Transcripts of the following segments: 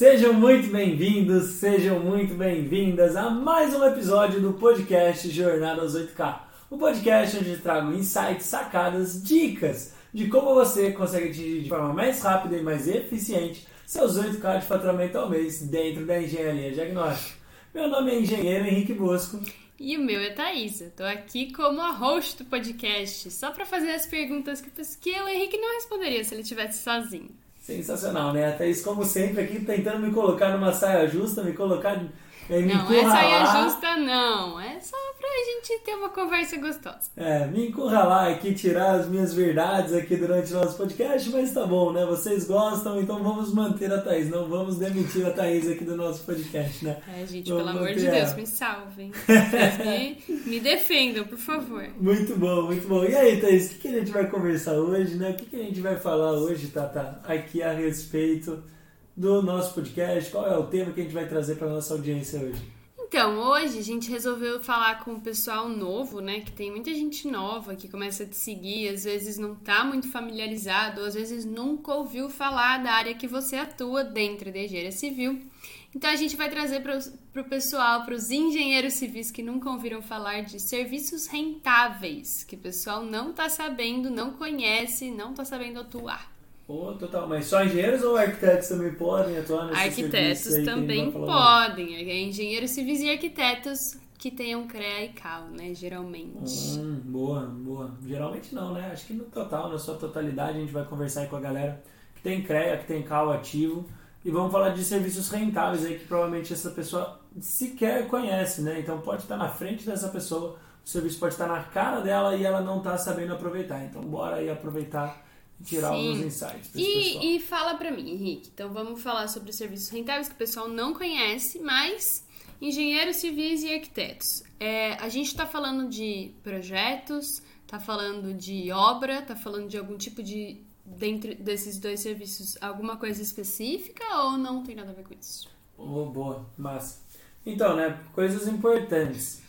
Sejam muito bem-vindos, sejam muito bem-vindas a mais um episódio do podcast Jornada aos 8K. O podcast onde eu trago insights, sacadas, dicas de como você consegue atingir de forma mais rápida e mais eficiente seus 8K de faturamento ao mês dentro da engenharia diagnóstica. Meu nome é engenheiro Henrique Bosco. E o meu é Thaisa. Estou aqui como a host do podcast, só para fazer as perguntas que o Henrique não responderia se ele estivesse sozinho. Sensacional, né? A Thaís, como sempre, aqui tentando me colocar numa saia justa, me colocar... me não é saia justa, não. É só pra gente ter uma conversa gostosa. Me encurralar aqui, tirar as minhas verdades aqui durante o nosso podcast, mas tá bom, né? Vocês gostam, então vamos manter a Thaís. Não vamos demitir a Thaís aqui do nosso podcast, né? Gente, vamos pelo amor de Deus, me salvem. me defendam, por favor. Muito bom, muito bom. E aí, Thaís, o que a gente vai conversar hoje, né? O que a gente vai falar hoje, Tata, aqui a respeito do nosso podcast? Qual é o tema que a gente vai trazer para nossa audiência hoje? Então, hoje a gente resolveu falar com o pessoal novo, né? Que tem muita gente nova que começa a te seguir, às vezes não tá muito familiarizado, às vezes nunca ouviu falar da área que você atua dentro da engenharia civil. Então a gente vai trazer para o pessoal, para os engenheiros civis que nunca ouviram falar de serviços rentáveis, que o pessoal não tá sabendo, não conhece, não tá sabendo atuar. Total, mas só engenheiros ou arquitetos também podem atuar nesse arquitetos serviço? Arquitetos também podem. Engenheiros civis e arquitetos que tenham CREA e CAL, né? Geralmente. Boa. Geralmente não, né? Acho que no total, na sua totalidade, a gente vai conversar aí com a galera que tem CREA, que tem CAL ativo. E vamos falar de serviços rentáveis aí que provavelmente essa pessoa sequer conhece, né? Então pode estar na frente dessa pessoa, o serviço pode estar na cara dela e ela não está sabendo aproveitar. Então bora aí aproveitar e tirar alguns insights desse pessoal. E fala pra mim, Henrique. Então vamos falar sobre serviços rentáveis que o pessoal não conhece, mas engenheiros civis e arquitetos. A gente está falando de projetos, está falando de obra, está falando de algum tipo de... dentro desses dois serviços, alguma coisa específica ou não tem nada a ver com isso? Boa, massa. Então, né, coisas importantes.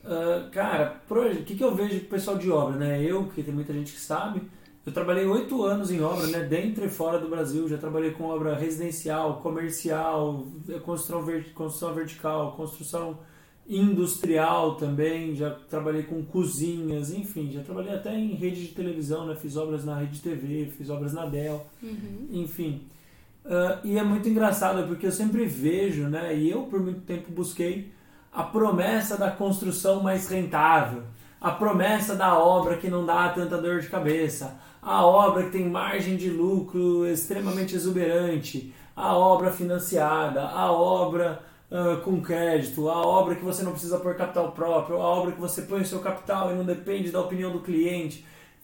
Cara, o que eu vejo do pessoal de obra, né? Que tem muita gente que sabe, eu trabalhei 8 anos em obra, né, dentro e fora do Brasil. Já trabalhei com obra residencial, comercial, construção vertical, construção industrial também, já trabalhei com cozinhas, enfim, já trabalhei até em rede de televisão, né? Fiz obras na Rede TV, fiz obras na Dell, enfim. E é muito engraçado porque eu sempre vejo, né? E eu por muito tempo busquei a promessa da construção mais rentável, a promessa da obra que não dá tanta dor de cabeça, a obra que tem margem de lucro extremamente exuberante, a obra financiada, a obra com crédito, a obra que você não precisa pôr capital próprio, a obra que você põe o seu capital e não depende da opinião do cliente,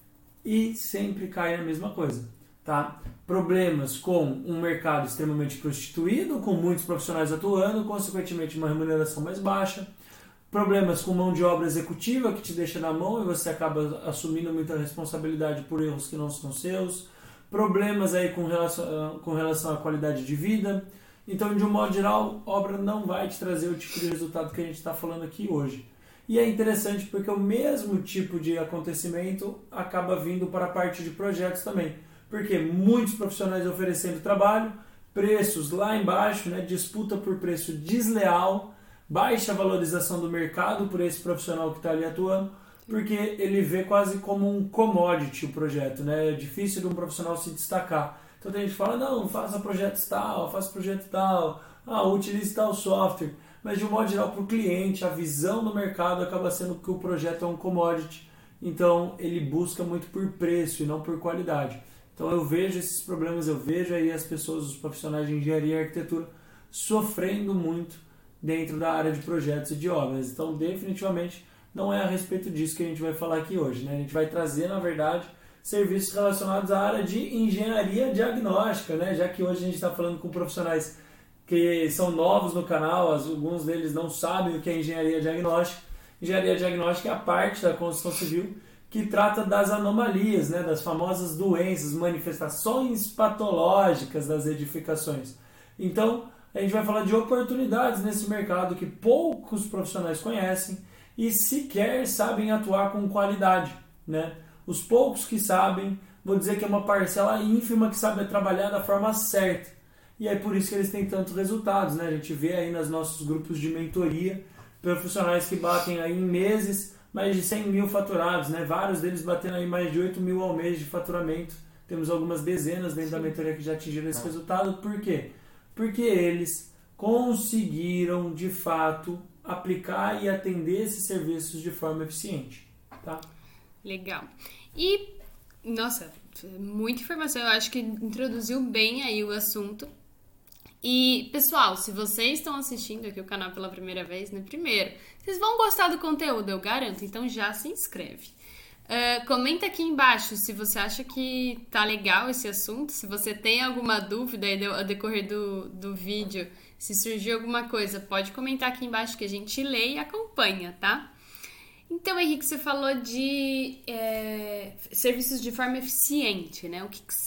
e sempre cai na mesma coisa, tá? Problemas com um mercado extremamente prostituído, com muitos profissionais atuando, consequentemente uma remuneração mais baixa, problemas com mão de obra executiva que te deixa na mão e você acaba assumindo muita responsabilidade por erros que não são seus, problemas aí com relação à qualidade de vida. Então, de um modo geral, obra não vai te trazer o tipo de resultado que a gente está falando aqui hoje. E é interessante porque o mesmo tipo de acontecimento acaba vindo para a parte de projetos também. Porque muitos profissionais oferecendo trabalho, preços lá embaixo, né, disputa por preço desleal, baixa valorização do mercado por esse profissional que está ali atuando, porque ele vê quase como um commodity o projeto, né? É difícil de um profissional se destacar. Então tem gente que fala, não, faça projetos tal, faça projeto tal, utilize tal software. Mas de um modo geral, para o cliente, a visão do mercado acaba sendo que o projeto é um commodity. Então ele busca muito por preço e não por qualidade. Então eu vejo esses problemas, eu vejo aí as pessoas, os profissionais de engenharia e arquitetura sofrendo muito dentro da área de projetos e de obras. Então definitivamente não é a respeito disso que a gente vai falar aqui hoje, né? A gente vai trazer, na verdade, serviços relacionados à área de engenharia diagnóstica, né? Já que hoje a gente está falando com profissionais que são novos no canal, alguns deles não sabem o que é engenharia diagnóstica. Engenharia diagnóstica é a parte da construção civil que trata das anomalias, né? Das famosas doenças, manifestações patológicas das edificações. Então, a gente vai falar de oportunidades nesse mercado que poucos profissionais conhecem e sequer sabem atuar com qualidade, né? Os poucos que sabem, vou dizer que é uma parcela ínfima que sabe trabalhar da forma certa. e é por isso que eles têm tantos resultados, né? A gente vê aí nos nossos grupos de mentoria profissionais que batem aí em meses mais de 100 mil faturados, né? Vários deles batendo aí mais de 8 mil ao mês de faturamento. Temos algumas dezenas dentro da mentoria que já atingiram esse resultado. Por quê? Porque eles conseguiram, de fato, aplicar e atender esses serviços de forma eficiente, tá? Legal. E, nossa, muita informação. Eu acho que introduziu bem aí o assunto. E, pessoal, se vocês estão assistindo aqui o canal pela primeira vez, né? Primeiro, vocês vão gostar do conteúdo, eu garanto. Então já se inscreve. Comenta aqui embaixo se você acha que tá legal esse assunto. Se você tem alguma dúvida aí ao decorrer do vídeo, se surgir alguma coisa, pode comentar aqui embaixo que a gente lê e acompanha, tá? Então, Henrique, você falou de serviços de forma eficiente, né?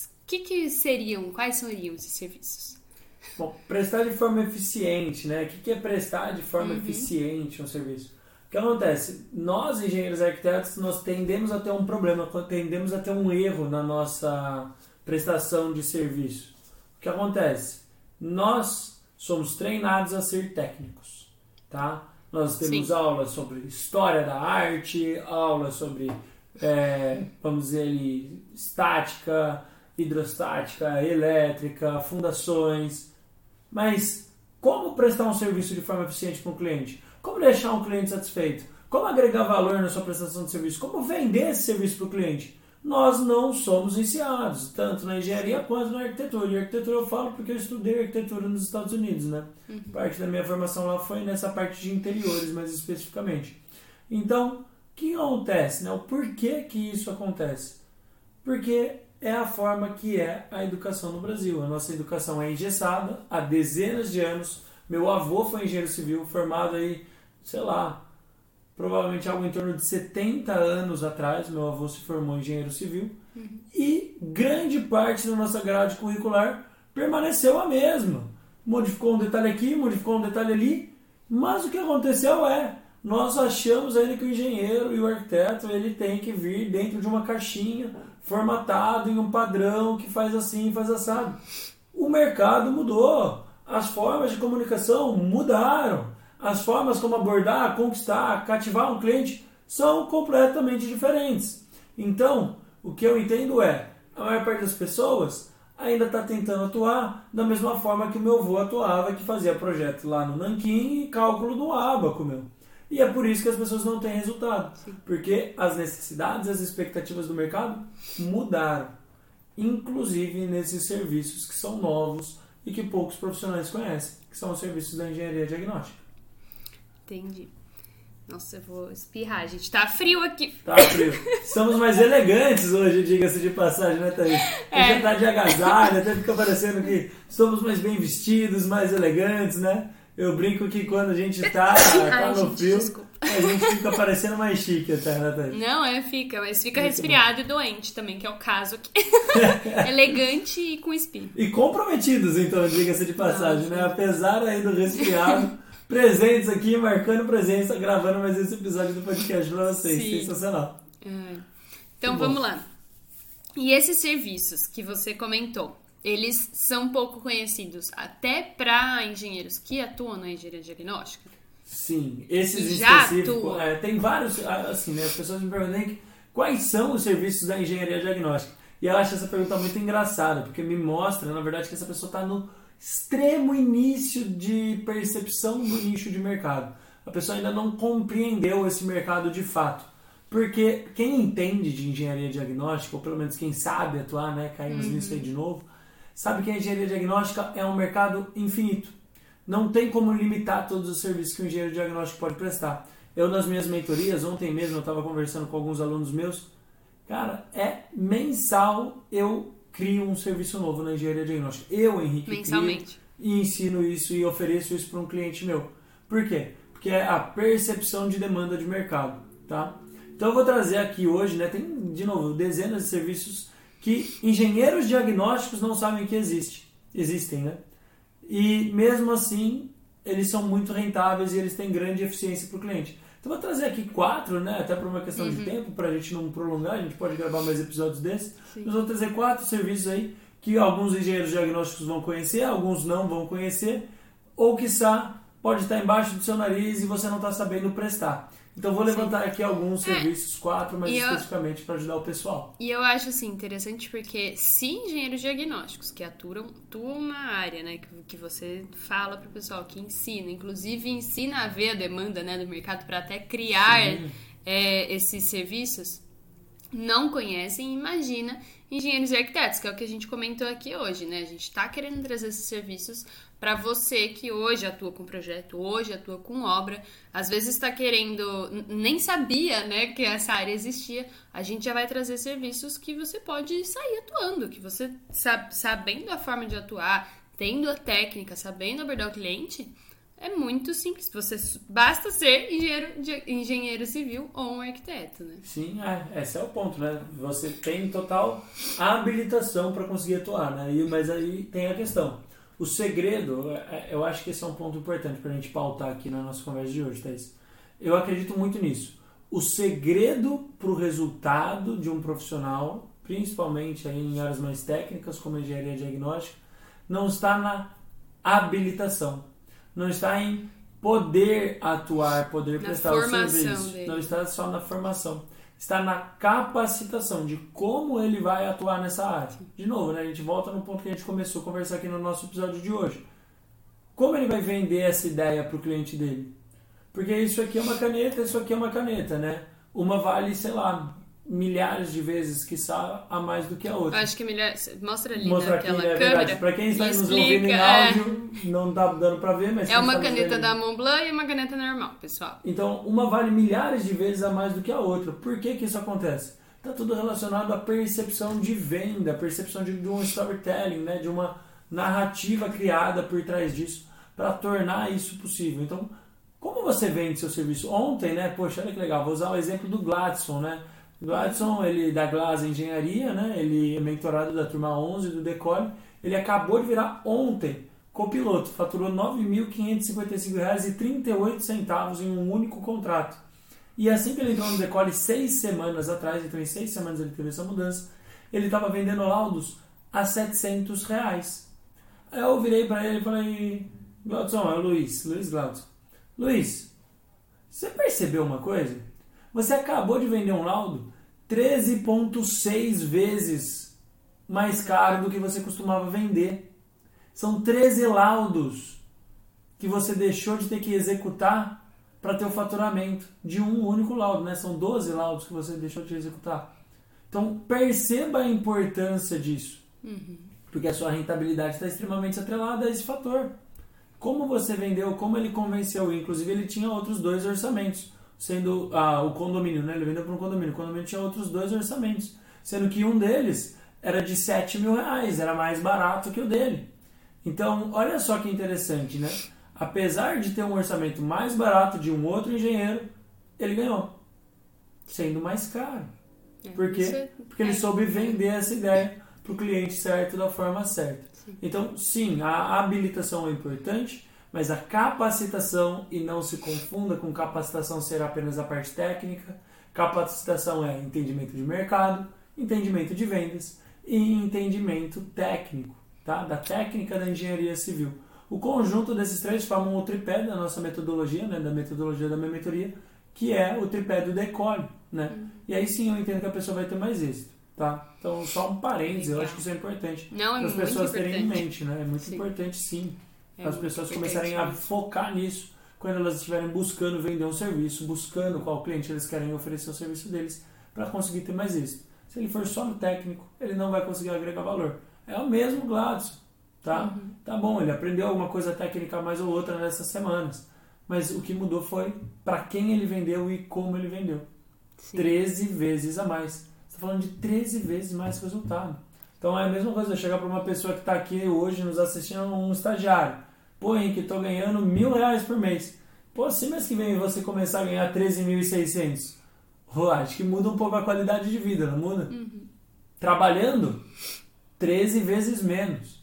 Quais seriam esses serviços? Bom, prestar de forma eficiente, né? O que é prestar de forma eficiente um serviço? O que acontece? Nós, engenheiros arquitetos, nós tendemos a ter um problema, tendemos a ter um erro na nossa prestação de serviço. O que acontece? Nós somos treinados a ser técnicos, tá? Nós temos aulas sobre história da arte, aulas sobre, vamos dizer ali, estática, hidrostática, elétrica, fundações. Mas como prestar um serviço de forma eficiente para um cliente? Como deixar um cliente satisfeito? Como agregar valor na sua prestação de serviço? Como vender esse serviço para o cliente? Nós não somos ensinados, tanto na engenharia quanto na arquitetura. E arquitetura eu falo porque eu estudei arquitetura nos Estados Unidos, né? Parte da minha formação lá foi nessa parte de interiores, mais especificamente. Então, o que acontece, né? O porquê que isso acontece? Porque é a forma que é a educação no Brasil. A nossa educação é engessada há dezenas de anos. Meu avô foi engenheiro civil, formado aí, sei lá, provavelmente algo em torno de 70 anos atrás. Meu avô se formou engenheiro civil. E grande parte da nossa grade curricular permaneceu a mesma. Modificou um detalhe aqui, modificou um detalhe ali. Mas o que aconteceu nós achamos ainda que o engenheiro e o arquiteto ele tem que vir dentro de uma caixinha, formatado em um padrão que faz assim, faz assado. O mercado mudou. As formas de comunicação mudaram. As formas como abordar, conquistar, cativar um cliente são completamente diferentes. Então, o que eu entendo a maior parte das pessoas ainda está tentando atuar da mesma forma que o meu avô atuava, que fazia projeto lá no Nanquim e cálculo do ábaco, meu. E é por isso que as pessoas não têm resultado. Porque as necessidades e as expectativas do mercado mudaram. Inclusive nesses serviços que são novos e que poucos profissionais conhecem, que são os serviços da engenharia diagnóstica. Entendi. Nossa, eu vou espirrar, gente. Tá frio aqui. Tá frio. Estamos mais elegantes hoje, diga-se de passagem, né, Thaís? A gente tá de agasalho, até fica parecendo que estamos mais bem vestidos, mais elegantes, né? Eu brinco que quando a gente tá no frio, desculpa. A gente fica parecendo mais chique até, né, Thaís? Não, fica, mas fica resfriado e doente também, que é o caso aqui. Elegante e com espinho. E comprometidos, então, diga-se de passagem, né? Apesar aí do resfriado, presentes aqui, marcando presença, gravando mais esse episódio do podcast pra vocês. Sim. Sensacional. Então, vamos lá. E esses serviços que você comentou, eles são pouco conhecidos até para engenheiros que atuam na engenharia diagnóstica? Sim, esses específicos. Tem vários, assim, né? As pessoas me perguntam quais são os serviços da engenharia diagnóstica. E eu acho essa pergunta muito engraçada, porque me mostra, na verdade, que essa pessoa está no extremo início de percepção do nicho de mercado. A pessoa ainda não compreendeu esse mercado de fato. Porque quem entende de engenharia diagnóstica, ou pelo menos quem sabe atuar, né? Caímos nisso aí de novo, sabe que a engenharia diagnóstica é um mercado infinito. Não tem como limitar todos os serviços que o engenheiro diagnóstico pode prestar. Eu, nas minhas mentorias, ontem mesmo eu estava conversando com alguns alunos meus, cara, mensal eu crio um serviço novo na engenharia diagnóstica. Eu, Henrique, mensalmente. E ensino isso e ofereço isso para um cliente meu. Por quê? Porque é a percepção de demanda de mercado, tá? Então eu vou trazer aqui hoje, né, tem, de novo, dezenas de serviços que engenheiros diagnósticos não sabem que existem, né? E mesmo assim, eles são muito rentáveis e eles têm grande eficiência para o cliente. Então vou trazer aqui 4, né? Até por uma questão de tempo, para a gente não prolongar, a gente pode gravar mais episódios desses. Nós vamos trazer 4 serviços aí que alguns engenheiros diagnósticos vão conhecer, alguns não vão conhecer, ou quiçá pode estar embaixo do seu nariz e você não está sabendo prestar. Então vou levantar aqui alguns serviços, 4, mas especificamente para ajudar o pessoal. E eu acho assim interessante porque se engenheiros diagnósticos que atuam na área, né, que você fala para o pessoal, que ensina, inclusive ensina a ver a demanda, né, do mercado para até criar esses serviços, não conhecem, imagina engenheiros e arquitetos, que é o que a gente comentou aqui hoje, né? A gente está querendo trazer esses serviços para você que hoje atua com projeto, hoje atua com obra, às vezes está querendo, nem sabia, né, que essa área existia, a gente já vai trazer serviços que você pode sair atuando, que você sabendo a forma de atuar, tendo a técnica, sabendo abordar o cliente, é muito simples. Basta ser engenheiro civil ou um arquiteto, né? Sim, esse é o ponto, né? Você tem total habilitação para conseguir atuar, né? Mas aí tem a questão. O segredo, eu acho que esse é um ponto importante para a gente pautar aqui na nossa conversa de hoje, Thaís. Eu acredito muito nisso. O segredo para o resultado de um profissional, principalmente aí em áreas mais técnicas, como engenharia diagnóstica, não está na habilitação. Não está em poder atuar, poder prestar o serviço. Dele. Não está só na formação. Está na capacitação de como ele vai atuar nessa área. De novo, né, a gente volta no ponto que a gente começou a conversar aqui no nosso episódio de hoje. Como ele vai vender essa ideia para o cliente dele? Porque isso aqui é uma caneta, isso aqui é uma caneta, né? Uma vale, sei lá, milhares de vezes, quiçá, a mais do que a outra. Eu acho que milhares... Mostra ali naquela câmera. Para quem está nos ouvindo em áudio, não está dando para ver, mas... É uma caneta da Montblanc e uma caneta normal, pessoal. Então, uma vale milhares de vezes a mais do que a outra. Por que isso acontece? Está tudo relacionado à percepção de venda, à percepção de um storytelling, né? De uma narrativa criada por trás disso, para tornar isso possível. Então, como você vende seu serviço? Ontem, né? Poxa, olha que legal, vou usar o exemplo do Gladson, né? Gladson, ele da Glass Engenharia, né? Ele é mentorado da turma 11 do Decole. Ele acabou de virar ontem copiloto, faturou R$ 9.555,38 em um único contrato. E assim que ele entrou no Decole 6 semanas atrás, então em 6 semanas ele teve essa mudança, ele estava vendendo laudos a R$ 700. Aí eu virei para ele e falei: Gladson, é o Luiz Gladson. Luiz, você percebeu uma coisa? Você acabou de vender um laudo 13,6 vezes mais caro do que você costumava vender. São 13 laudos que você deixou de ter que executar para ter o faturamento de um único laudo, né? São 12 laudos que você deixou de executar. Então, perceba a importância disso. Porque a sua rentabilidade está extremamente atrelada a esse fator. Como você vendeu, como ele convenceu. Inclusive, ele tinha outros 2 orçamentos. Sendo o condomínio, né? Ele vendeu para um condomínio. O condomínio tinha outros 2 orçamentos. Sendo que um deles era de R$7 mil, era mais barato que o dele. Então, olha só que interessante, né? Apesar de ter um orçamento mais barato de um outro engenheiro, ele ganhou, sendo mais caro. Por quê? Porque ele soube vender essa ideia para o cliente certo da forma certa. Então, sim, a habilitação é importante, mas a capacitação, e não se confunda com capacitação ser apenas a parte técnica, capacitação é entendimento de mercado, entendimento de vendas e entendimento técnico, tá? Da técnica da engenharia civil. O conjunto desses 3 formam o tripé da nossa metodologia, né? Da metodologia da minha mentoria, que é o tripé do Decole, né? E aí sim eu entendo que a pessoa vai ter mais êxito, tá? Então, só um parênteses, eu acho que isso é importante para as pessoas terem em mente, né? É muito importante, sim. As pessoas começarem a focar nisso quando elas estiverem buscando vender um serviço, buscando qual cliente eles querem oferecer o serviço deles para conseguir ter mais êxito. Se ele for só no técnico, ele não vai conseguir agregar valor. É o mesmo Gladson, tá? Tá bom, ele aprendeu alguma coisa técnica mais ou outra nessas semanas, mas o que mudou foi para quem ele vendeu e como ele vendeu. 13 vezes a mais. Você está falando de 13 vezes mais resultado. Então é a mesma coisa eu chegar para uma pessoa que está aqui hoje nos assistindo, um estagiário. Pô, Henrique, estou ganhando R$1.000 por mês. Pô, se mês que vem você começar a ganhar 13.600, acho que muda um pouco a qualidade de vida, não muda? Trabalhando 13 vezes menos.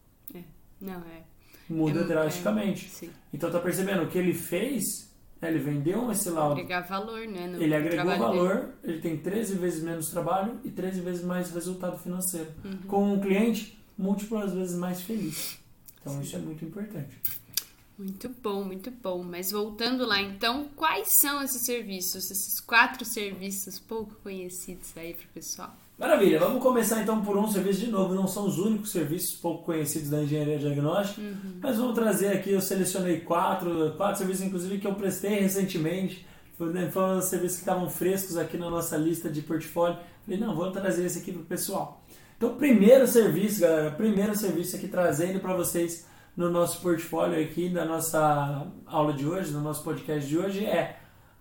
Muda drasticamente. Então tá percebendo o que ele fez? Ele vendeu esse laudo. Agregar valor, né? Ele agregou valor, dele. Ele tem 13 vezes menos trabalho e 13 vezes mais resultado financeiro. Com um cliente múltiplas vezes mais feliz. Então isso é muito importante. Muito bom, muito bom. Mas voltando lá, então, quais são esses serviços, esses 4 serviços pouco conhecidos aí pro pessoal? Maravilha, vamos começar então por um serviço de novo, não são os únicos serviços pouco conhecidos da engenharia diagnóstica, mas vamos trazer aqui, eu selecionei 4 serviços inclusive que eu prestei recentemente, foram os serviços que estavam frescos aqui na nossa lista de portfólio, falei, não, vou trazer esse aqui pro pessoal. Então, primeiro serviço, galera, primeiro serviço aqui trazendo para vocês no nosso portfólio aqui da nossa aula de hoje, no nosso podcast de hoje, é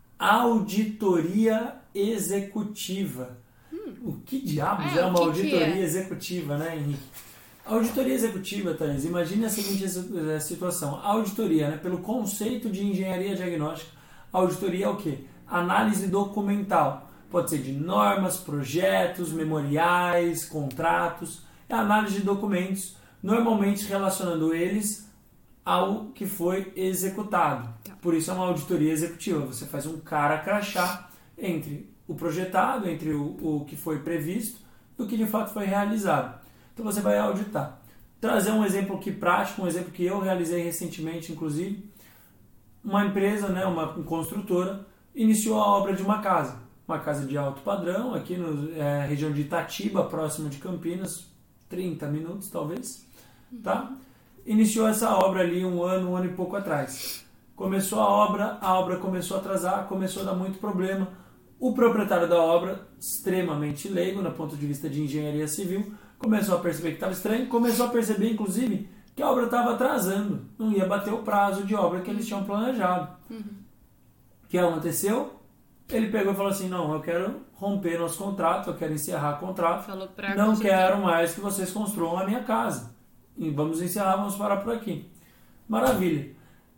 auditoria executiva. O que diabos é uma auditoria executiva, né, Henrique? A auditoria executiva, Thais, imagine a seguinte situação. A auditoria, né, pelo conceito de engenharia diagnóstica, a auditoria é o quê? Análise documental. Pode ser de normas, projetos, memoriais, contratos. É a análise de documentos, normalmente relacionando eles ao que foi executado. Por isso é uma auditoria executiva. Você faz um cara crachá entre o projetado, entre o que foi previsto e o que de fato foi realizado. Então você vai auditar. Trazer um exemplo aqui prático, um exemplo que eu realizei recentemente, inclusive. Uma empresa, né, uma construtora, iniciou a obra de uma casa de alto padrão, aqui na região de Itatiba, próximo de Campinas, 30 minutos talvez. Tá? Iniciou essa obra ali um ano e pouco atrás. Começou a obra começou a atrasar, começou a dar muito problema. O proprietário da obra, extremamente leigo, no ponto de vista de engenharia civil, começou a perceber que estava estranho, começou a perceber, inclusive, que a obra estava atrasando, não ia bater o prazo de obra que eles tinham planejado. O que aconteceu? Ele pegou e falou assim, não, eu quero romper nosso contrato, eu quero encerrar o contrato, não quero mais que vocês construam a minha casa. E vamos encerrar, vamos parar por aqui. Maravilha.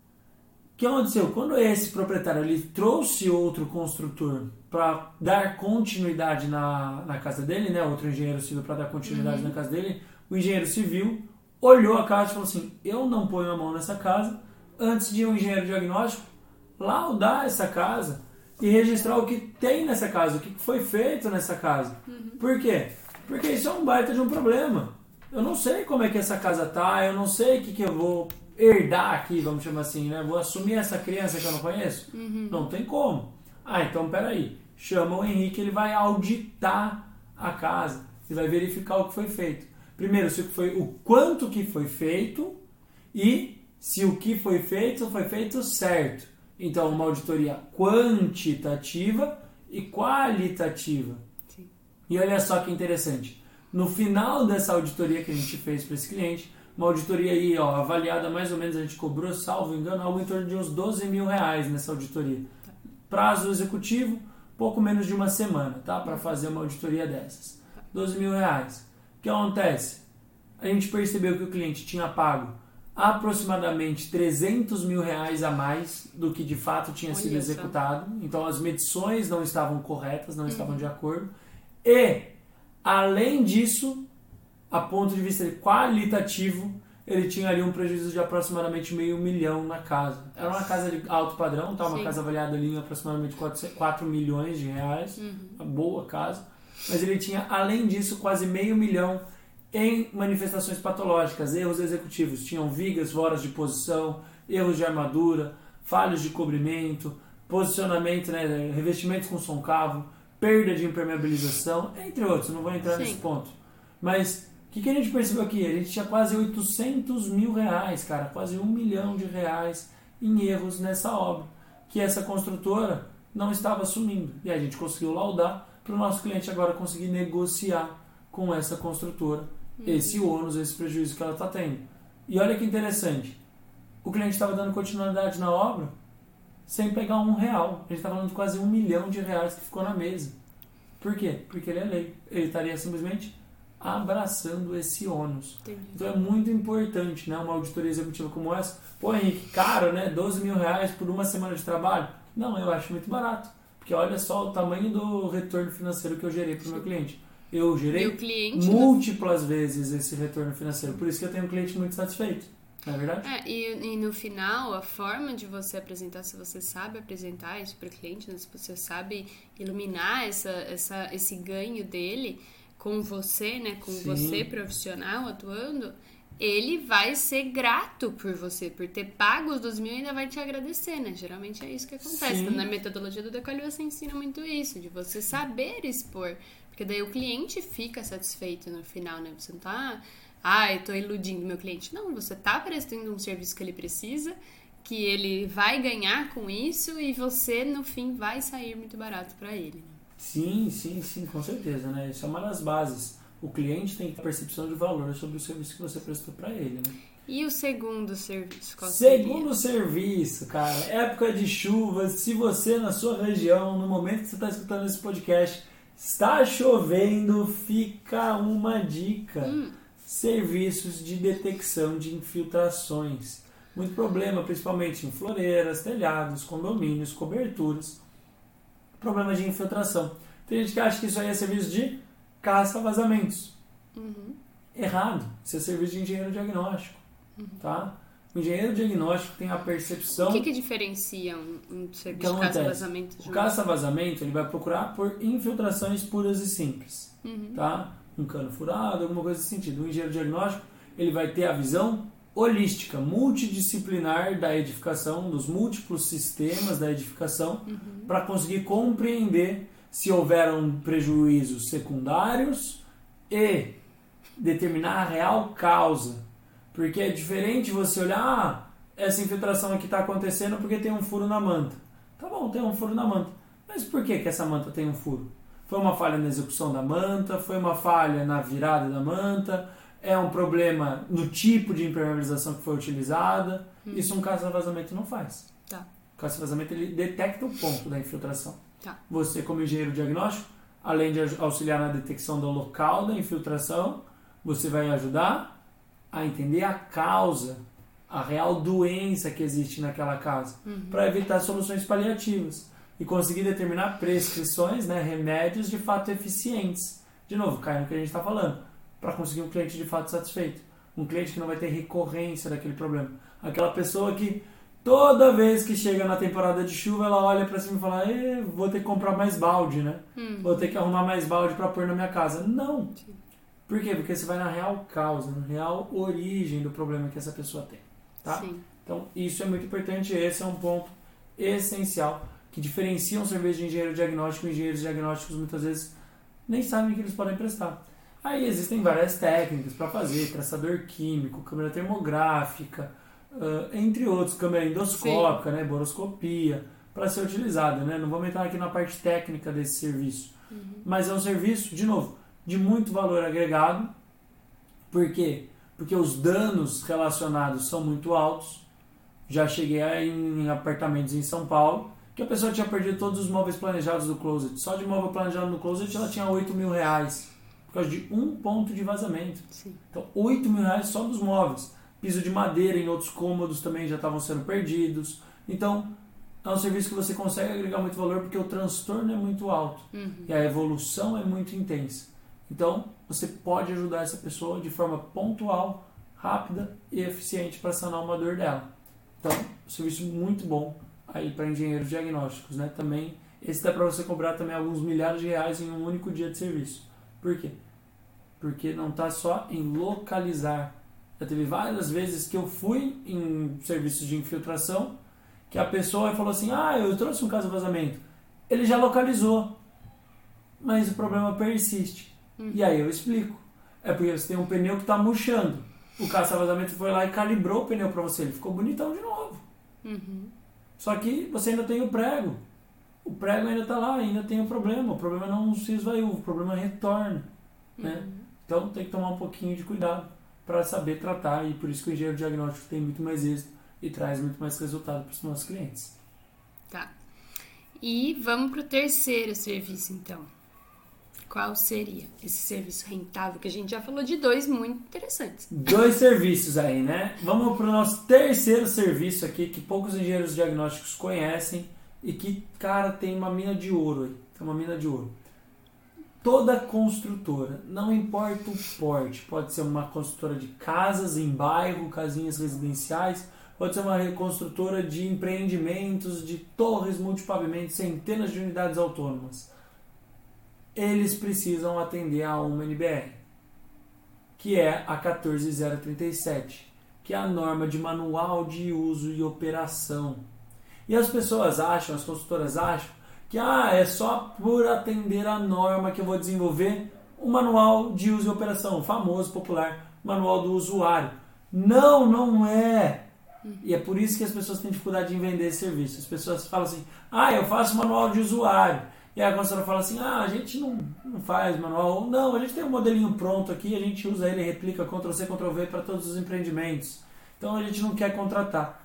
O que aconteceu? Quando esse proprietário ele trouxe outro construtor para dar continuidade na casa dele, né, outro engenheiro civil para dar continuidade na casa dele, o engenheiro civil olhou a casa e falou assim, eu não ponho a mão nessa casa antes de um engenheiro diagnóstico laudar essa casa e registrar o que tem nessa casa, o que foi feito nessa casa. Por quê? Porque isso é um baita de um problema. Eu não sei como é que essa casa tá, eu não sei o que eu vou herdar aqui, vamos chamar assim, né? Vou assumir essa criança que eu não conheço? Não tem como. Então peraí, chama o Henrique, ele vai auditar a casa, ele vai verificar o que foi feito. Primeiro, o quanto que foi feito e se o que foi feito certo. Então, uma auditoria quantitativa e qualitativa. Sim. E olha só que interessante. No final dessa auditoria que a gente fez para esse cliente, uma auditoria aí, ó, avaliada mais ou menos, a gente cobrou, salvo engano, algo em torno de uns R$12.000 nessa auditoria. Prazo executivo, pouco menos de uma semana, tá? Para fazer uma auditoria dessas. R$12.000. O que acontece? A gente percebeu que o cliente tinha pago aproximadamente R$300.000 a mais do que de fato tinha sido executado. Então as medições não estavam corretas, não estavam de acordo. E, além disso, a ponto de vista qualitativo, ele tinha ali um prejuízo de aproximadamente R$500 mil na casa. Era uma casa de alto padrão, tá? Uma casa avaliada ali em aproximadamente R$4 milhões, uma boa casa. Mas ele tinha, além disso, quase R$500 mil em manifestações patológicas, erros executivos. Tinham vigas fora de posição, erros de armadura, falhos de cobrimento, posicionamento, né, revestimentos com concavo, perda de impermeabilização, entre outros. Não vou entrar nesse ponto. Mas o que a gente percebeu aqui? A gente tinha quase R$800 mil, cara, quase R$1 milhão em erros nessa obra, que essa construtora não estava assumindo. E a gente conseguiu laudar para o nosso cliente agora conseguir negociar com essa construtora esse ônus, esse prejuízo que ela está tendo. E olha que interessante, o cliente estava dando continuidade na obra sem pegar R$1. A gente está falando de quase R$1 milhão que ficou na mesa. Por quê? Porque ele é leigo. Ele estaria simplesmente abraçando esse ônus. Entendi. Então é muito importante, né, uma auditoria executiva como essa. Pô, Henrique, caro, né? R$12 mil por uma semana de trabalho? Não, eu acho muito barato. Porque olha só o tamanho do retorno financeiro que eu gerei para o meu cliente. Eu gerei múltiplas vezes esse retorno financeiro. Por isso que eu tenho um cliente muito satisfeito. Não é verdade? E no final, a forma de você apresentar, se você sabe apresentar isso para o cliente, né, se você sabe iluminar esse ganho dele, com você, né, com Sim. você profissional atuando, ele vai ser grato por você, por ter pago os 2.000 e ainda vai te agradecer, né? Geralmente é isso que acontece. Sim. Então, na metodologia do Decole você ensina muito isso, de você saber expor. Porque daí o cliente fica satisfeito no final, né? Você não tá, eu tô iludindo meu cliente. Não, você tá prestando um serviço que ele precisa, que ele vai ganhar com isso e você, no fim, vai sair muito barato para ele. Né? Sim, com certeza, né? Isso é uma das bases. O cliente tem percepção de valor sobre o serviço que você prestou para ele, né? E o segundo serviço? Qual Segundo serviço, cara, época de chuva, se você na sua região, no momento que você está escutando esse podcast, está chovendo, fica uma dica. Serviços de detecção de infiltrações. Muito problema, principalmente em floreiras, telhados, condomínios, coberturas. Problema de infiltração. Tem gente que acha que isso aí é serviço de caça-vazamentos. Errado. Isso é serviço de engenheiro diagnóstico. Tá? O engenheiro diagnóstico tem a percepção... O que diferencia um serviço de caça-vazamento? O caça-vazamento ele vai procurar por infiltrações puras e simples. Tá? Um cano furado, alguma coisa nesse sentido. O engenheiro diagnóstico ele vai ter a visão holística, multidisciplinar da edificação, dos múltiplos sistemas da edificação, para conseguir compreender se houveram prejuízos secundários e determinar a real causa. Porque é diferente você olhar, essa infiltração aqui está acontecendo porque tem um furo na manta. Tá bom, tem um furo na manta. Mas por que essa manta tem um furo? Foi uma falha na execução da manta? Foi uma falha na virada da manta? É um problema no tipo de impermeabilização que foi utilizada? Isso um caça-vazamento não faz. Tá. O caça-vazamento ele detecta o ponto da infiltração. Tá. Você, como engenheiro diagnóstico, além de auxiliar na detecção do local da infiltração, você vai ajudar a entender a causa, a real doença que existe naquela casa, para evitar soluções paliativas e conseguir determinar prescrições, né, remédios de fato eficientes. De novo, cai no que a gente está falando, para conseguir um cliente de fato satisfeito. Um cliente que não vai ter recorrência daquele problema. Aquela pessoa que toda vez que chega na temporada de chuva, ela olha para cima e fala: vou ter que comprar mais balde, né? Vou ter que arrumar mais balde para pôr na minha casa. Não! Sim. Por quê? Porque você vai na real causa, na real origem do problema que essa pessoa tem. Tá? Sim. Então, isso é muito importante. Esse é um ponto essencial que diferencia um serviço de engenheiro diagnóstico. Engenheiros diagnósticos muitas vezes nem sabem que eles podem prestar. Aí existem várias técnicas para fazer, traçador químico, câmera termográfica, entre outros, câmera endoscópica, né, boroscopia, para ser utilizada. Né? Não vamos entrar aqui na parte técnica desse serviço. Mas é um serviço, de novo, de muito valor agregado. Por quê? Porque os danos relacionados são muito altos. Já cheguei em apartamentos em São Paulo que a pessoa tinha perdido todos os móveis planejados do closet. Só de móvel planejado no closet ela tinha R$8.000 por causa de um ponto de vazamento. Sim. Então, R$8.000 só dos móveis. Piso de madeira em outros cômodos também já estavam sendo perdidos. Então, é um serviço que você consegue agregar muito valor porque o transtorno é muito alto e a evolução é muito intensa. Então, você pode ajudar essa pessoa de forma pontual, rápida e eficiente para sanar uma dor dela. Então, um serviço muito bom aí para engenheiros diagnósticos, né? Também, esse dá para você cobrar também alguns milhares de reais em um único dia de serviço. Por quê? Porque não está só em localizar. Já teve várias vezes que eu fui em serviços de infiltração que a pessoa falou assim: eu trouxe um caso de vazamento. Ele já localizou, mas o problema persiste. E aí eu explico. É porque você tem um pneu que está murchando. O caça-vazamento foi lá e calibrou o pneu para você. Ele ficou bonitão de novo. Só que você ainda tem o prego. O prego ainda está lá, ainda tem o problema. O problema não se esvaiu, o problema retorna. Né? Então tem que tomar um pouquinho de cuidado para saber tratar. E por isso que o engenheiro diagnóstico tem muito mais êxito e traz muito mais resultado para os nossos clientes. Tá. E vamos para o terceiro serviço, então. Qual seria esse serviço rentável? Que a gente já falou de dois muito interessantes. 2 serviços aí, né? Vamos para o nosso terceiro serviço aqui, que poucos engenheiros diagnósticos conhecem e que, cara, tem uma mina de ouro aí. Tem uma mina de ouro. Toda construtora, não importa o porte, pode ser uma construtora de casas em bairro, casinhas residenciais, pode ser uma construtora de empreendimentos, de torres multipavimentos, centenas de unidades autônomas. eles precisam atender a uma NBR, que é a 14037, que é a norma de manual de uso e operação. E as pessoas acham, as consultoras acham, que é só por atender a norma que eu vou desenvolver o manual de uso e operação, o famoso, popular manual do usuário. Não, não é. E é por isso que as pessoas têm dificuldade em vender esse serviço. As pessoas falam assim, eu faço manual de usuário. E a consultora fala assim, a gente não faz manual. Não, a gente tem um modelinho pronto aqui, a gente usa ele, replica Ctrl+C, Ctrl+V para todos os empreendimentos. Então a gente não quer contratar.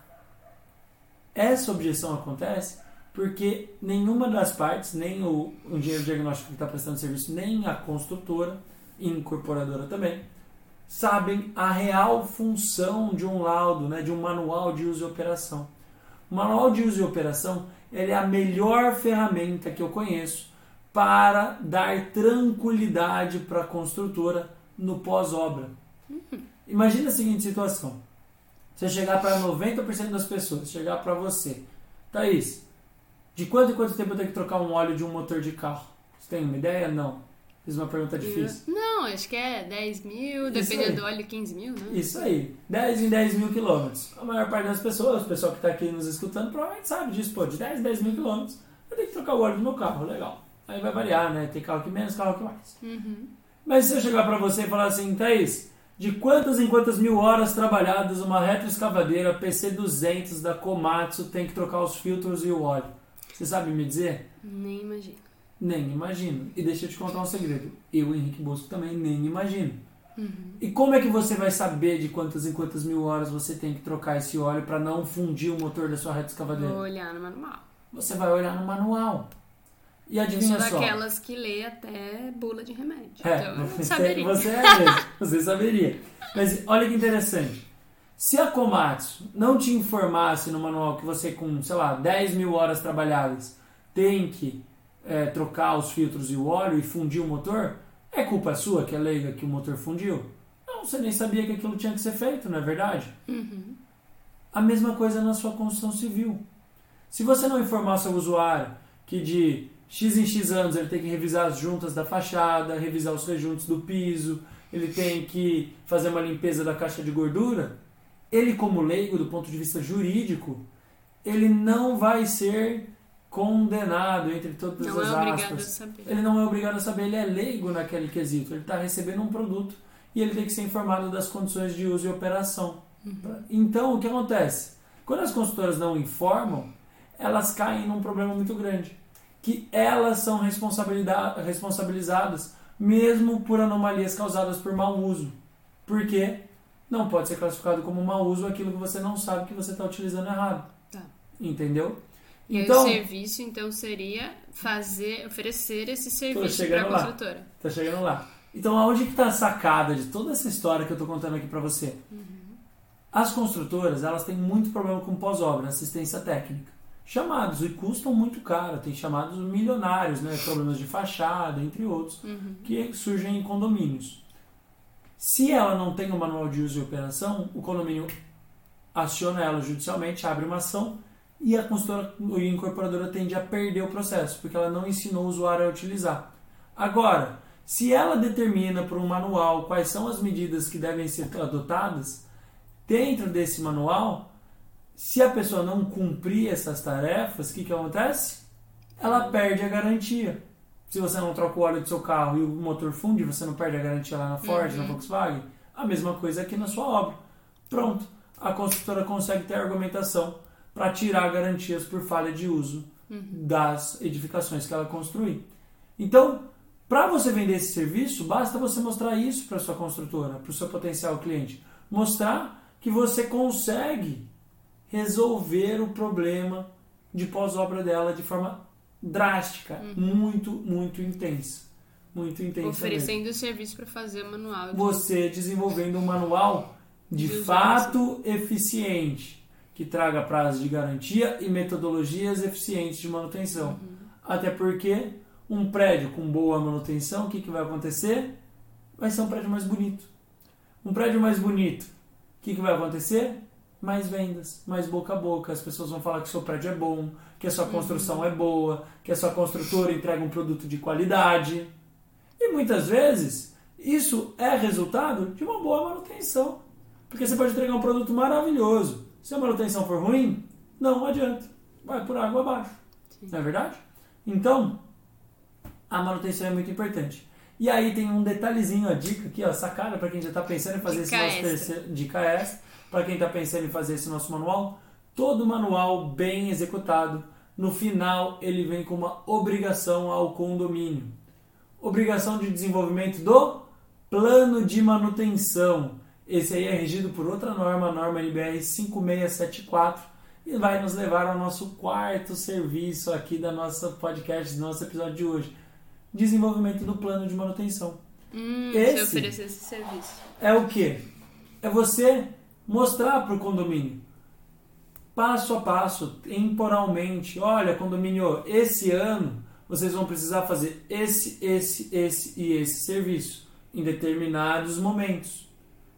Essa objeção acontece porque nenhuma das partes, nem o engenheiro diagnóstico que está prestando serviço, nem a construtora, e incorporadora também, sabem a real função de um laudo, né, de um manual de uso e operação. O manual de uso e operação ele é a melhor ferramenta que eu conheço para dar tranquilidade para a construtora no pós-obra. Imagina a seguinte situação. Você chegar para 90% das pessoas, chegar para você, Thaís, de quanto em quanto tempo eu tenho que trocar um óleo de um motor de carro? Você tem uma ideia? Não. Fiz uma pergunta difícil. Não, acho que é 10 mil, dependendo do óleo, 15 mil, né? Isso aí, 10 em 10 mil quilômetros. A maior parte das pessoas, o pessoal que está aqui nos escutando, provavelmente sabe disso. Pô, de 10 em 10 mil quilômetros, eu tenho que trocar o óleo do meu carro, legal. Aí vai variar, né? Tem carro que menos, carro que mais. Mas se eu chegar para você e falar assim, Thaís, de quantas em quantas mil horas trabalhadas uma retroescavadeira PC200 da Komatsu tem que trocar os filtros e o óleo? Você sabe me dizer? Nem imagino. Nem imagino. E deixa eu te contar um segredo. Eu, Henrique Bosco, também nem imagino. E como é que você vai saber de quantas em quantas mil horas você tem que trocar esse óleo para não fundir o motor da sua retroescavadeira? Vou olhar no manual. Você vai olhar no manual. E adivinha eu sou só. daquelas que lê até bula de remédio. Então eu saberia. Você é mesmo. Você saberia. Mas olha que interessante. Se a Komatsu não te informasse no manual que você com, 10 mil horas trabalhadas tem que trocar os filtros e o óleo e fundir o motor, é culpa sua que é leiga que o motor fundiu? Não, você nem sabia que aquilo tinha que ser feito, não é verdade? A mesma coisa na sua construção civil. Se você não informar o seu usuário que de X em X anos ele tem que revisar as juntas da fachada, revisar os rejuntos do piso, ele tem que fazer uma limpeza da caixa de gordura, ele como leigo, do ponto de vista jurídico, ele não vai ser condenado, entre todas as aspas. Não é obrigado a saber. Ele não é obrigado a saber, ele é leigo naquele quesito. Ele está recebendo um produto e ele tem que ser informado das condições de uso e operação. Então, o que acontece? Quando as consultoras não informam, elas caem num problema muito grande. Que elas são responsabilizadas mesmo por anomalias causadas por mau uso. Por quê? Não pode ser classificado como mau uso aquilo que você não sabe que você está utilizando errado. Tá. Entendeu? E então, o serviço, então, seria oferecer esse serviço para a construtora. Tá chegando lá. Então, aonde que está a sacada de toda essa história que eu estou contando aqui para você? As construtoras, elas têm muito problema com pós-obra, assistência técnica. Chamados, e custam muito caro. Tem chamados milionários, né? Problemas de fachada, entre outros, que surgem em condomínios. Se ela não tem o manual de uso e operação, o condomínio aciona ela judicialmente, abre uma ação e a consultora e a incorporadora tende a perder o processo, porque ela não ensinou o usuário a utilizar. Agora, se ela determina por um manual quais são as medidas que devem ser adotadas, dentro desse manual, se a pessoa não cumprir essas tarefas, o que acontece? Ela perde a garantia. Se você não troca o óleo do seu carro e o motor funde, você não perde a garantia lá na Ford, na Volkswagen? A mesma coisa aqui na sua obra. Pronto. A construtora consegue ter argumentação para tirar garantias por falha de uso das edificações que ela construir. Então, para você vender esse serviço, basta você mostrar isso para a sua construtora, para o seu potencial cliente. Mostrar que você consegue resolver o problema de pós-obra dela de forma drástica, muito, muito intensa. Muito intensa. Oferecendo mesmo. O serviço para fazer o manual. Você desenvolvendo um manual de fato eficiente, que traga prazos de garantia e metodologias eficientes de manutenção. Até porque um prédio com boa manutenção, o que vai acontecer? Vai ser um prédio mais bonito. Um prédio mais bonito, o que vai acontecer? Mais vendas, mais boca a boca. As pessoas vão falar que o seu prédio é bom, que a sua construção é boa, que a sua construtora entrega um produto de qualidade. E muitas vezes isso é resultado de uma boa manutenção. Porque você pode entregar um produto maravilhoso. Se a manutenção for ruim, não adianta. Vai por água abaixo. Sim. Não é verdade? Então, a manutenção é muito importante. E aí tem um detalhezinho, a dica aqui, ó, sacada para quem já está pensando em fazer esse nosso terceiro... Dica extra. Para quem está pensando em fazer esse nosso manual. Todo manual bem executado, no final ele vem com uma obrigação ao condomínio. Obrigação de desenvolvimento do plano de manutenção. Esse aí é regido por outra norma, a norma NBR 5674, e vai nos levar ao nosso quarto serviço aqui da nossa podcast, do nosso episódio de hoje. Desenvolvimento do plano de manutenção. Você oferecer esse serviço. É o quê? É você mostrar para o condomínio, passo a passo, temporalmente. Olha, condomínio, esse ano vocês vão precisar fazer esse e esse serviço em determinados momentos.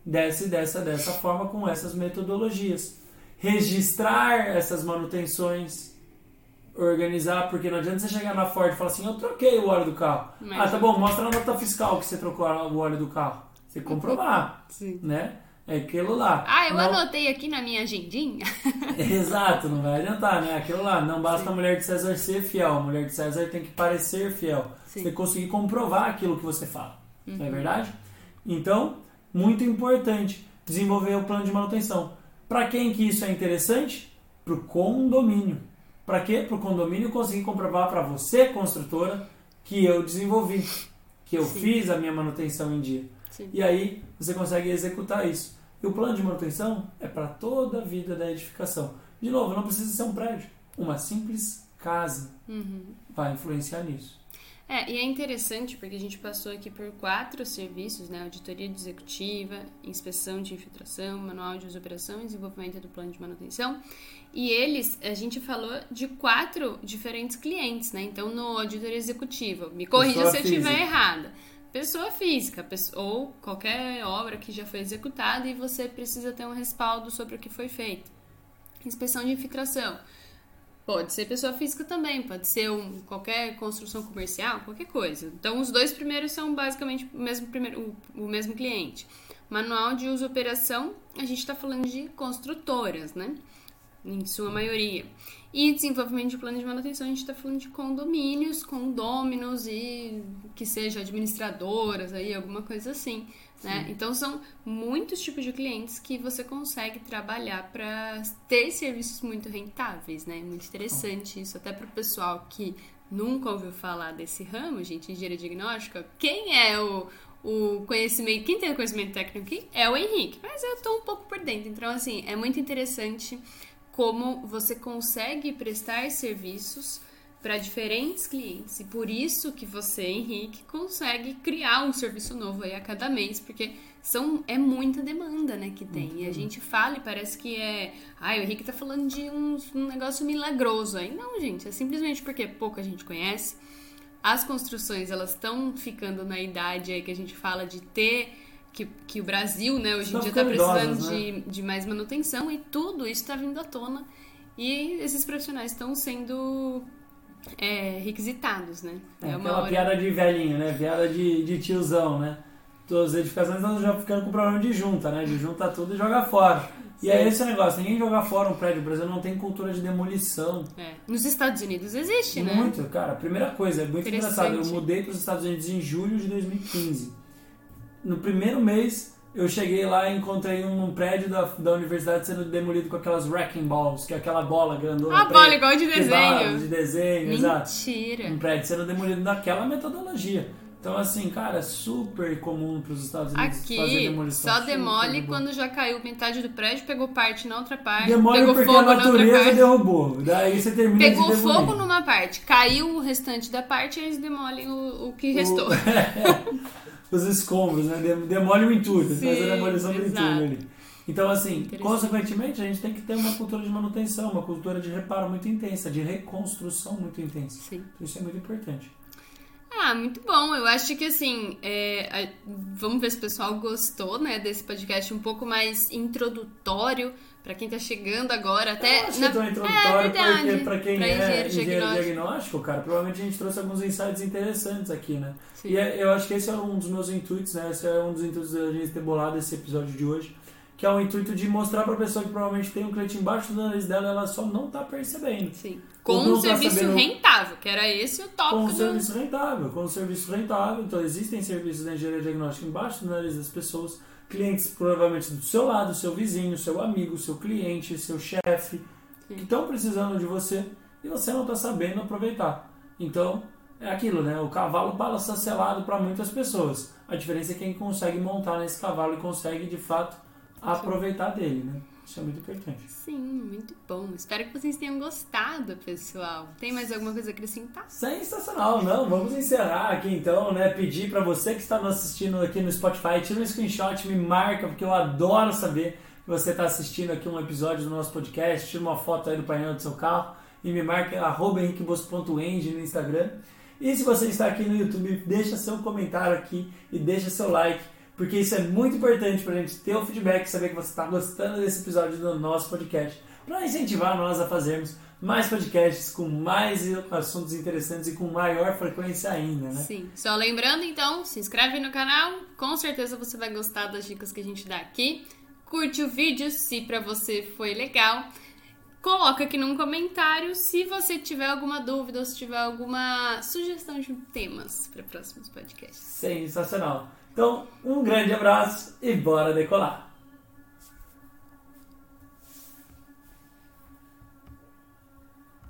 Dessa forma, com essas metodologias. Registrar essas manutenções, organizar, porque não adianta você chegar na Ford e falar assim, eu troquei o óleo do carro. Mas... tá bom, mostra na nota fiscal que você trocou o óleo do carro. Você tem que comprovar, né? É aquilo lá. Eu anotei aqui na minha agendinha. Exato, não vai adiantar, né? Aquilo lá, não basta a mulher de César ser fiel, a mulher de César tem que parecer fiel. Sim. Você tem que conseguir comprovar aquilo que você fala. Não é verdade? Então, muito importante desenvolver o plano de manutenção. Para quem que isso é interessante? Para o condomínio. Para quê? Para o condomínio conseguir comprovar para você, construtora, que eu desenvolvi, que eu fiz a minha manutenção em dia. Sim. E aí você consegue executar isso. E o plano de manutenção é para toda a vida da edificação. De novo, não precisa ser um prédio. Uma simples casa vai influenciar nisso. E é interessante porque a gente passou aqui por 4 serviços, né? Auditoria executiva, inspeção de infiltração, manual de uso e operação e desenvolvimento do plano de manutenção. E a gente falou de 4 diferentes clientes, né? Então, no auditoria executiva, me corrija se eu estiver errada. Pessoa física, ou qualquer obra que já foi executada e você precisa ter um respaldo sobre o que foi feito. Inspeção de infiltração. Pode ser pessoa física também, pode ser qualquer construção comercial, qualquer coisa. Então, os 2 primeiros são basicamente o mesmo cliente. Manual de uso e operação, a gente está falando de construtoras, né? Em sua maioria. E desenvolvimento de plano de manutenção, a gente está falando de condomínios, condôminos e que seja administradoras, aí, alguma coisa assim. Né? Então, são muitos tipos de clientes que você consegue trabalhar para ter serviços muito rentáveis, né? Muito interessante isso, até para o pessoal que nunca ouviu falar desse ramo, gente, engenharia diagnóstica. Quem é o conhecimento, quem tem o conhecimento técnico aqui é o Henrique, mas eu estou um pouco por dentro. Então, assim, é muito interessante como você consegue prestar serviços para diferentes clientes. E por isso que você, Henrique, consegue criar um serviço novo aí a cada mês, porque é muita demanda, né, que tem. E a gente fala e parece que o Henrique tá falando de um negócio milagroso aí. Não, gente, é simplesmente porque pouca gente conhece. As construções, elas estão ficando na idade aí que a gente fala de ter... Que o Brasil, né, hoje em dia está precisando de mais manutenção, e tudo isso está vindo à tona. E esses profissionais estão sendo requisitados, né? Aquela piada de velhinho, né? Piada de tiozão, né? Todas as edificações estão já ficando com problema de junta, né? De junta tudo e joga fora. E é esse o negócio, ninguém joga fora um prédio. O Brasil não tem cultura de demolição. Nos Estados Unidos existe, né? Muito, cara. Primeira coisa, é muito engraçado. Eu mudei para os Estados Unidos em julho de 2015. No primeiro mês, eu cheguei lá e encontrei um prédio da universidade sendo demolido com aquelas wrecking balls, que é aquela bola grandona. Bola igual de desenho. De desenho, Mentira. Exato. Um prédio sendo demolido daquela metodologia. Então, assim, cara, é super comum para os Estados Unidos fazer demolição. Só demole quando já caiu metade do prédio, pegou parte na outra parte, demole pegou porque fogo a natureza derrubou. Daí você termina Pegou de demolir. fogo numa parte, caiu o restante da parte e eles demolem o que restou. Os escombros, né? Demole o entulho, faz a demolição do entulho ali. Então, assim, consequentemente, a gente tem que ter uma cultura de manutenção, uma cultura de reparo muito intensa, de reconstrução muito intensa. Sim. Isso é muito importante. Ah, muito bom. Eu acho que, assim, vamos ver se o pessoal gostou, né, desse podcast um pouco mais introdutório para quem tá chegando agora. Até acho que é tão introdutório porque pra quem é engenheiro diagnóstico, diagnóstico, cara, provavelmente a gente trouxe alguns insights interessantes aqui, né? Sim. E eu acho que esse é um dos meus intuitos, né? Esse é um dos intuitos da gente ter bolado esse episódio de hoje, que é o intuito de mostrar pra pessoa que provavelmente tem um cliente embaixo do nariz dela, ela só não tá percebendo. Sim. Com um serviço rentável, que era esse o tópico. Com um serviço rentável. Então, existem serviços da engenharia diagnóstica embaixo do nariz das pessoas, clientes provavelmente do seu lado, seu vizinho, seu amigo, seu cliente, seu chefe, que estão precisando de você e você não está sabendo aproveitar. Então, é aquilo, né? O cavalo balança selado para muitas pessoas. A diferença é quem consegue montar nesse cavalo e consegue, de fato, aproveitar dele, né? Isso é muito importante. Sim, muito bom. Espero que vocês tenham gostado, pessoal. Tem mais alguma coisa a acrescentar? Sensacional, não? Vamos encerrar aqui então, né? Pedir para você que está nos assistindo aqui no Spotify, tira um screenshot, me marca, porque eu adoro saber que você está assistindo aqui um episódio do nosso podcast. Tira uma foto aí do painel do seu carro e me marca @henriquebosco.eng no Instagram. E se você está aqui no YouTube, deixa seu comentário aqui e deixa seu like, porque isso é muito importante para a gente ter o feedback e saber que você está gostando desse episódio do nosso podcast, para incentivar nós a fazermos mais podcasts com mais assuntos interessantes e com maior frequência ainda, né? Sim. Só lembrando, então, se inscreve no canal, com certeza você vai gostar das dicas que a gente dá aqui. Curte o vídeo se para você foi legal. Coloca aqui num comentário se você tiver alguma dúvida ou se tiver alguma sugestão de temas para próximos podcasts. Sensacional! Então, um grande abraço e bora decolar!